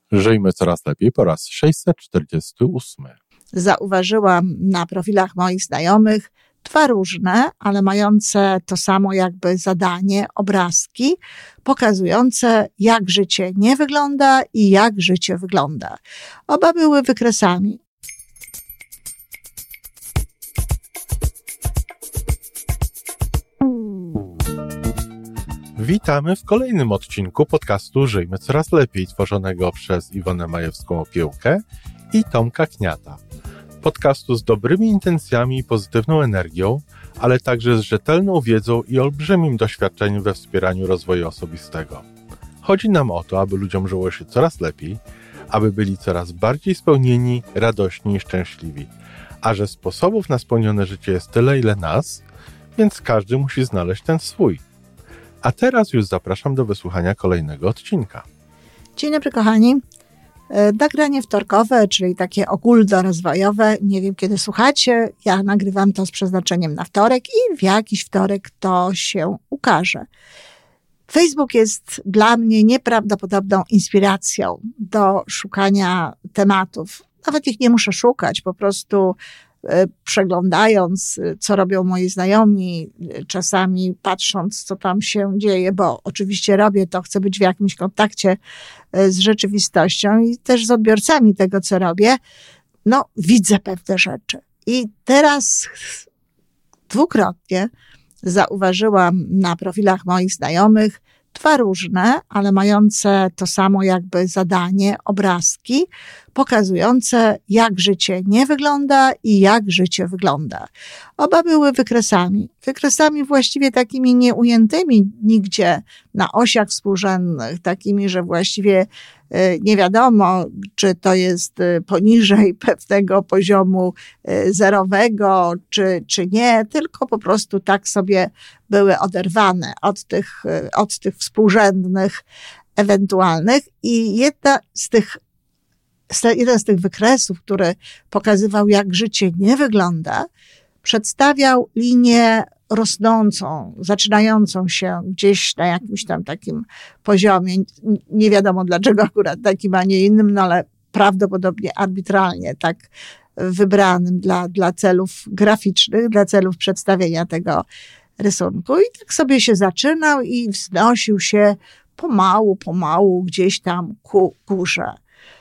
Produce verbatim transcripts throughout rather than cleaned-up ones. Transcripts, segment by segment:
Żyjmy coraz lepiej po raz sześćset czterdziesty ósmy. Zauważyłam na profilach moich znajomych dwa różne, ale mające to samo jakby zadanie, obrazki pokazujące, jak życie nie wygląda i jak życie wygląda. Oba były wykresami. Witamy w kolejnym odcinku podcastu Żyjmy Coraz Lepiej, tworzonego przez Iwonę Majewską-Opiełkę i Tomka Kniata. Podcastu z dobrymi intencjami i pozytywną energią, ale także z rzetelną wiedzą i olbrzymim doświadczeniem we wspieraniu rozwoju osobistego. Chodzi nam o to, aby ludziom żyło się coraz lepiej, aby byli coraz bardziej spełnieni, radośni i szczęśliwi. A że sposobów na spełnione życie jest tyle, ile nas, więc każdy musi znaleźć ten swój. A teraz już zapraszam do wysłuchania kolejnego odcinka. Dzień dobry, kochani. Nagranie wtorkowe, czyli takie ogólnorozwojowe. Nie wiem, kiedy słuchacie. Ja nagrywam to z przeznaczeniem na wtorek i w jakiś wtorek to się ukaże. Facebook jest dla mnie nieprawdopodobną inspiracją do szukania tematów. Nawet ich nie muszę szukać, po prostu przeglądając, co robią moi znajomi, czasami patrząc, co tam się dzieje, bo oczywiście robię to, chcę być w jakimś kontakcie z rzeczywistością i też z odbiorcami tego, co robię, no widzę pewne rzeczy. I teraz dwukrotnie zauważyłam na profilach moich znajomych dwa różne, ale mające to samo jakby zadanie, obrazki pokazujące, jak życie nie wygląda i jak życie wygląda. Oba były wykresami. Wykresami właściwie takimi nieujętymi nigdzie na osiach współrzędnych, takimi, że właściwie nie wiadomo, czy to jest poniżej pewnego poziomu zerowego, czy, czy nie, tylko po prostu tak sobie były oderwane od tych, od tych współrzędnych ewentualnych. I jedna z tych, jeden z tych wykresów, który pokazywał, jak życie nie wygląda, przedstawiał linię rosnącą, zaczynającą się gdzieś na jakimś tam takim poziomie. Nie wiadomo dlaczego akurat takim, a nie innym, no ale prawdopodobnie arbitralnie tak wybranym dla, dla celów graficznych, dla celów przedstawienia tego rysunku. I tak sobie się zaczynał i wznosił się pomału, pomału gdzieś tam ku górze.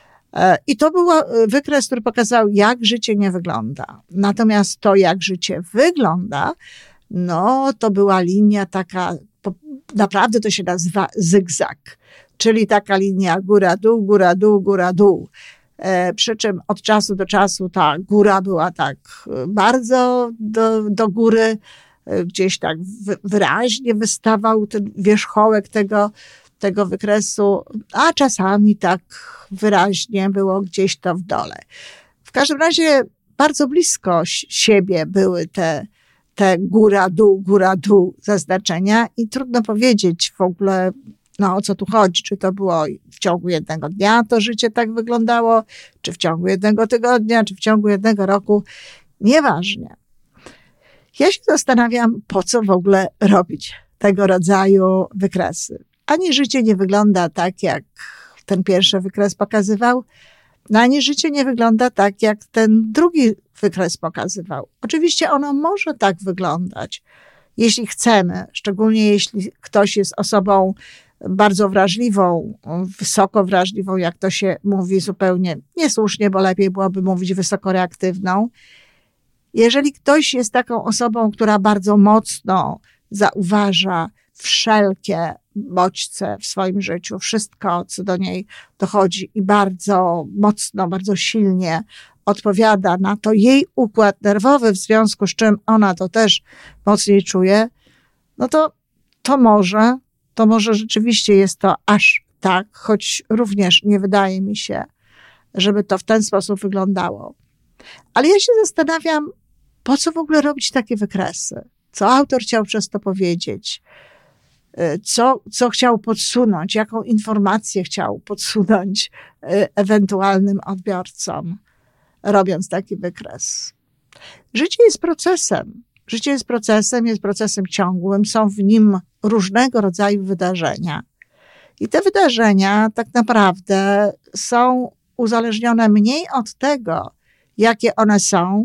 I to był wykres, który pokazał, jak życie nie wygląda. Natomiast to, jak życie wygląda, no to była linia taka, naprawdę to się nazywa zygzak, czyli taka linia góra-dół, góra-dół, góra-dół. E, przy czym od czasu do czasu ta góra była tak bardzo do, do góry, gdzieś tak wyraźnie wystawał ten wierzchołek tego, tego wykresu, a czasami tak wyraźnie było gdzieś to w dole. W każdym razie bardzo blisko siebie były te te góra-dół, góra-dół zaznaczenia i trudno powiedzieć w ogóle, no o co tu chodzi, czy to było w ciągu jednego dnia to życie tak wyglądało, czy w ciągu jednego tygodnia, czy w ciągu jednego roku, nieważne. Ja się zastanawiam, po co w ogóle robić tego rodzaju wykresy. Ani życie nie wygląda tak, jak ten pierwszy wykres pokazywał, no ani życie nie wygląda tak, jak ten drugi wykres pokazywał. Oczywiście ono może tak wyglądać, jeśli chcemy, szczególnie jeśli ktoś jest osobą bardzo wrażliwą, wysoko wrażliwą, jak to się mówi zupełnie niesłusznie, bo lepiej byłoby mówić wysoko reaktywną. Jeżeli ktoś jest taką osobą, która bardzo mocno zauważa wszelkie bodźce w swoim życiu, wszystko, co do niej dochodzi i bardzo mocno, bardzo silnie odpowiada na to jej układ nerwowy, w związku z czym ona to też mocniej czuje, no to to może, to może rzeczywiście jest to aż tak, choć również nie wydaje mi się, żeby to w ten sposób wyglądało. Ale ja się zastanawiam, po co w ogóle robić takie wykresy? Co autor chciał przez to powiedzieć? Co, co chciał podsunąć? Jaką informację chciał podsunąć ewentualnym odbiorcom, robiąc taki wykres? Życie jest procesem. Życie jest procesem, jest procesem ciągłym, są w nim różnego rodzaju wydarzenia. I te wydarzenia tak naprawdę są uzależnione mniej od tego, jakie one są,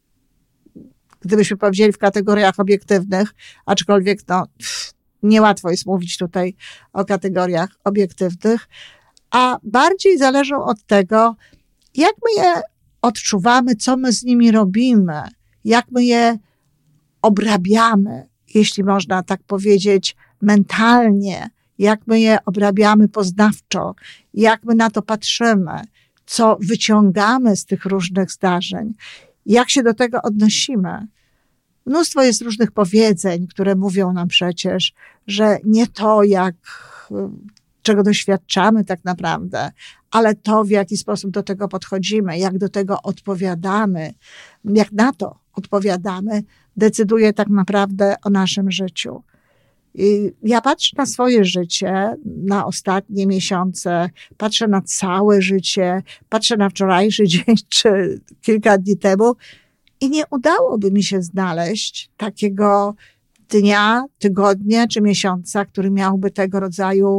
gdybyśmy powiedzieli w kategoriach obiektywnych, aczkolwiek no, niełatwo jest mówić tutaj o kategoriach obiektywnych, a bardziej zależą od tego, jak my je odczuwamy, co my z nimi robimy, jak my je obrabiamy, jeśli można tak powiedzieć, mentalnie, jak my je obrabiamy poznawczo, jak my na to patrzymy, co wyciągamy z tych różnych zdarzeń, jak się do tego odnosimy. Mnóstwo jest różnych powiedzeń, które mówią nam przecież, że nie to, jak, czego doświadczamy tak naprawdę, ale to, w jaki sposób do tego podchodzimy, jak do tego odpowiadamy, jak na to odpowiadamy, decyduje tak naprawdę o naszym życiu. I ja patrzę na swoje życie, na ostatnie miesiące, patrzę na całe życie, patrzę na wczorajszy dzień czy kilka dni temu i nie udałoby mi się znaleźć takiego dnia, tygodnia czy miesiąca, który miałby tego rodzaju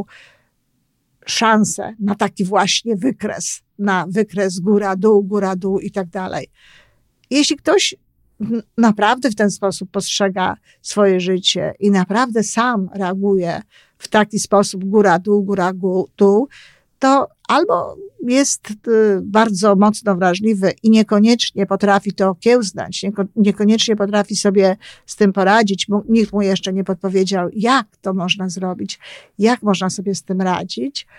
szansę na taki właśnie wykres, na wykres góra-dół, góra-dół i tak dalej. Jeśli ktoś naprawdę w ten sposób postrzega swoje życie i naprawdę sam reaguje w taki sposób góra-dół, góra-dół, to albo jest bardzo mocno wrażliwy i niekoniecznie potrafi to okiełznać, niekoniecznie potrafi sobie z tym poradzić, bo nikt mu jeszcze nie podpowiedział, jak to można zrobić, jak można sobie z tym radzić,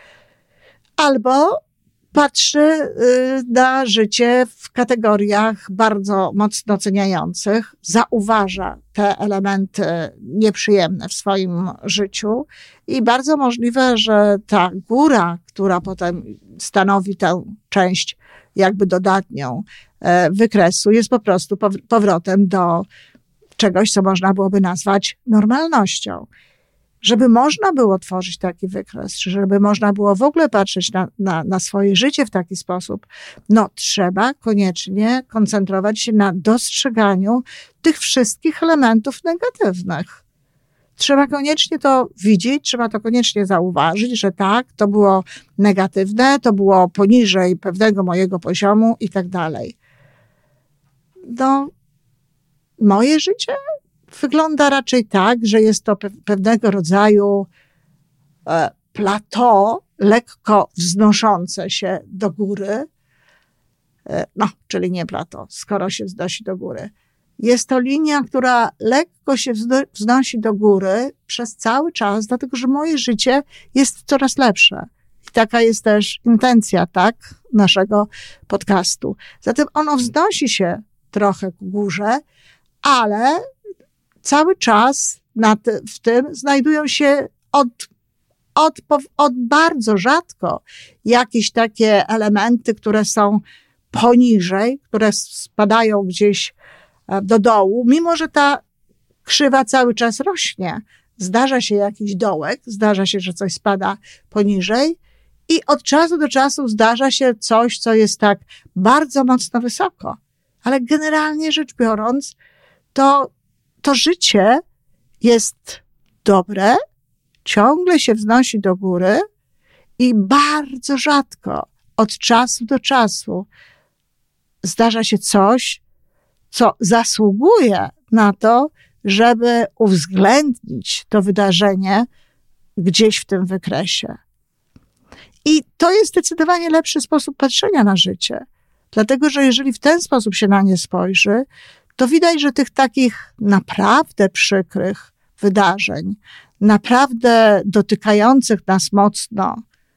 albo patrzy na życie w kategoriach bardzo mocno oceniających, zauważa te elementy nieprzyjemne w swoim życiu i bardzo możliwe, że ta góra, która potem stanowi tę część jakby dodatnią wykresu, jest po prostu powrotem do czegoś, co można byłoby nazwać normalnością. Żeby można było tworzyć taki wykres, czy żeby można było w ogóle patrzeć na, na, na swoje życie w taki sposób, no trzeba koniecznie koncentrować się na dostrzeganiu tych wszystkich elementów negatywnych. Trzeba koniecznie to widzieć, trzeba to koniecznie zauważyć, że tak, to było negatywne, to było poniżej pewnego mojego poziomu i tak dalej. No, moje życie wygląda raczej tak, że jest to pewnego rodzaju plateau, lekko wznoszące się do góry. No, czyli nie plateau, skoro się wznosi do góry. Jest to linia, która lekko się wznosi do góry przez cały czas, dlatego że moje życie jest coraz lepsze. I taka jest też intencja, tak, naszego podcastu. Zatem ono wznosi się trochę ku górze, ale cały czas na ty, w tym znajdują się od, od, od bardzo rzadko jakieś takie elementy, które są poniżej, które spadają gdzieś do dołu, mimo że ta krzywa cały czas rośnie. Zdarza się jakiś dołek, zdarza się, że coś spada poniżej i od czasu do czasu zdarza się coś, co jest tak bardzo mocno wysoko. Ale generalnie rzecz biorąc, to to życie jest dobre, ciągle się wznosi do góry i bardzo rzadko, od czasu do czasu, zdarza się coś, co zasługuje na to, żeby uwzględnić to wydarzenie gdzieś w tym wykresie. I to jest zdecydowanie lepszy sposób patrzenia na życie. Dlatego, że jeżeli w ten sposób się na nie spojrzy, to widać, że tych takich naprawdę przykrych wydarzeń, naprawdę dotykających nas mocno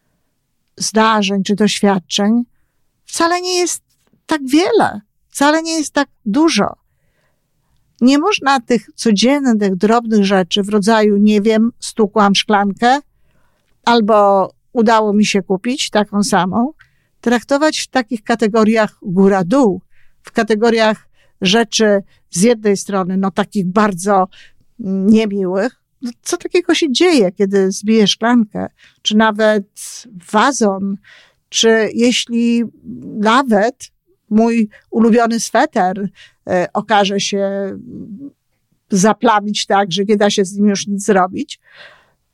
zdarzeń czy doświadczeń, wcale nie jest tak wiele, wcale nie jest tak dużo. Nie można tych codziennych, drobnych rzeczy w rodzaju, nie wiem, stukłam szklankę albo udało mi się kupić taką samą, traktować w takich kategoriach góra-dół, w kategoriach rzeczy z jednej strony, no takich bardzo niemiłych. No, co takiego się dzieje, kiedy zbije szklankę, czy nawet wazon, czy jeśli nawet mój ulubiony sweter e, okaże się zaplamić tak, że nie da się z nim już nic zrobić, to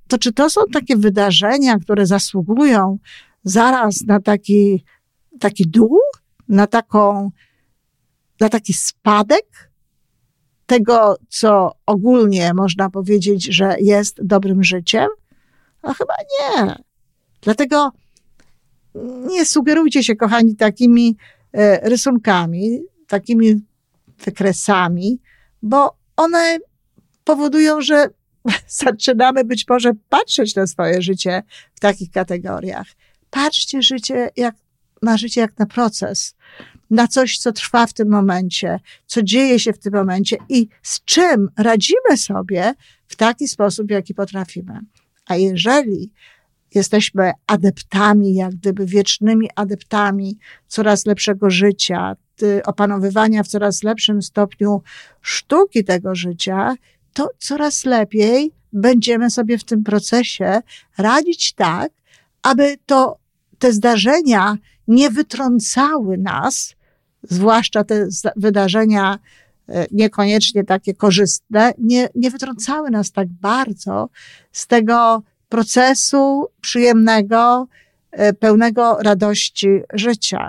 to czy to są takie wydarzenia, które zasługują zaraz na taki, taki dół, na taką, na taki spadek tego, co ogólnie można powiedzieć, że jest dobrym życiem? No chyba nie. Dlatego nie sugerujcie się, kochani, takimi rysunkami, takimi wykresami, bo one powodują, że zaczynamy być może patrzeć na swoje życie w takich kategoriach. Patrzcie życie jak, na życie jak na proces, na coś, co trwa w tym momencie, co dzieje się w tym momencie i z czym radzimy sobie w taki sposób, w jaki potrafimy. A jeżeli jesteśmy adeptami, jak gdyby wiecznymi adeptami coraz lepszego życia, opanowywania w coraz lepszym stopniu sztuki tego życia, to coraz lepiej będziemy sobie w tym procesie radzić tak, aby to, te zdarzenia nie wytrącały nas, zwłaszcza te wydarzenia niekoniecznie takie korzystne, nie, nie wytrącały nas tak bardzo z tego procesu przyjemnego, pełnego radości życia.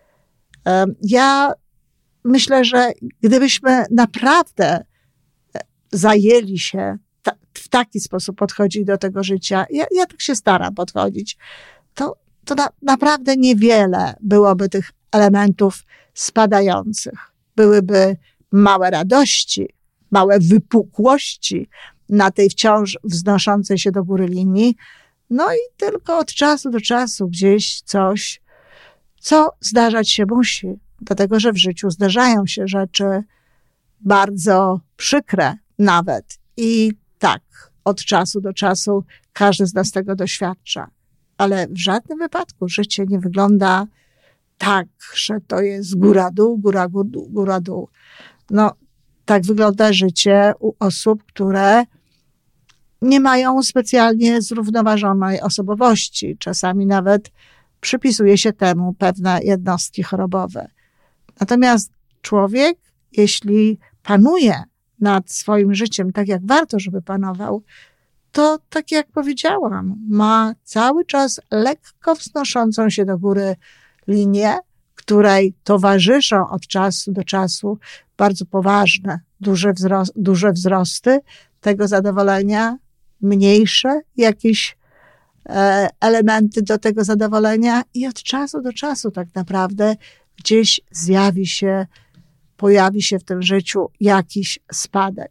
Ja myślę, że gdybyśmy naprawdę zajęli się ta, w taki sposób podchodzić do tego życia, ja, ja tak się staram podchodzić, to, to na, naprawdę niewiele byłoby tych elementów spadających. Byłyby małe radości, małe wypukłości na tej wciąż wznoszącej się do góry linii, no i tylko od czasu do czasu gdzieś coś, co zdarzać się musi, dlatego że w życiu zdarzają się rzeczy bardzo przykre nawet i tak, od czasu do czasu każdy z nas tego doświadcza, ale w żadnym wypadku życie nie wygląda tak, że to jest góra-dół, góra-dół, góra-dół. No, tak wygląda życie u osób, które nie mają specjalnie zrównoważonej osobowości. Czasami nawet przypisuje się temu pewne jednostki chorobowe. Natomiast człowiek, jeśli panuje nad swoim życiem tak, jak warto, żeby panował, to tak jak powiedziałam, ma cały czas lekko wznoszącą się do góry linię, której towarzyszą od czasu do czasu bardzo poważne, duże, wzrost, duże wzrosty tego zadowolenia, mniejsze jakieś e, elementy do tego zadowolenia i od czasu do czasu tak naprawdę gdzieś zjawi się, pojawi się w tym życiu jakiś spadek.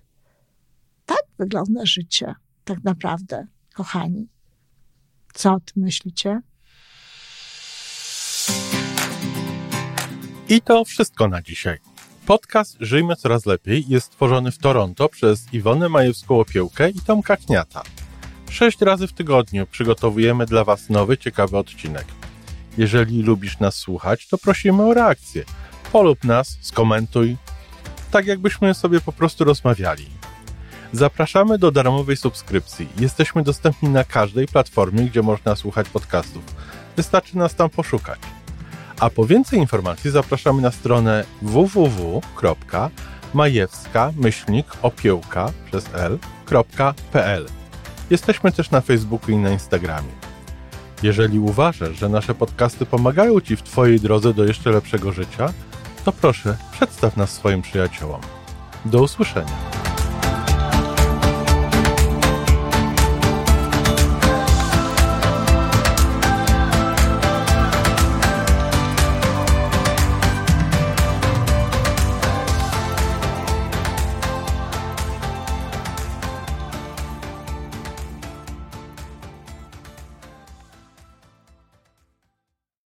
Tak wygląda życie, tak naprawdę, kochani. Co o tym myślicie? I to wszystko na dzisiaj. Podcast Żyjmy Coraz Lepiej jest stworzony w Toronto przez Iwonę Majewską-Opiełkę i Tomka Kniata. Sześć razy w tygodniu przygotowujemy dla Was nowy, ciekawy odcinek. Jeżeli lubisz nas słuchać, to prosimy o reakcję. Polub nas, skomentuj, tak jakbyśmy sobie po prostu rozmawiali. Zapraszamy do darmowej subskrypcji. Jesteśmy dostępni na każdej platformie, gdzie można słuchać podcastów. Wystarczy nas tam poszukać. A po więcej informacji zapraszamy na stronę w w w kropka majewska myślnik opiełka przez l kropka p l. Jesteśmy też na Facebooku i na Instagramie. Jeżeli uważasz, że nasze podcasty pomagają Ci w Twojej drodze do jeszcze lepszego życia, to proszę, przedstaw nas swoim przyjaciołom. Do usłyszenia.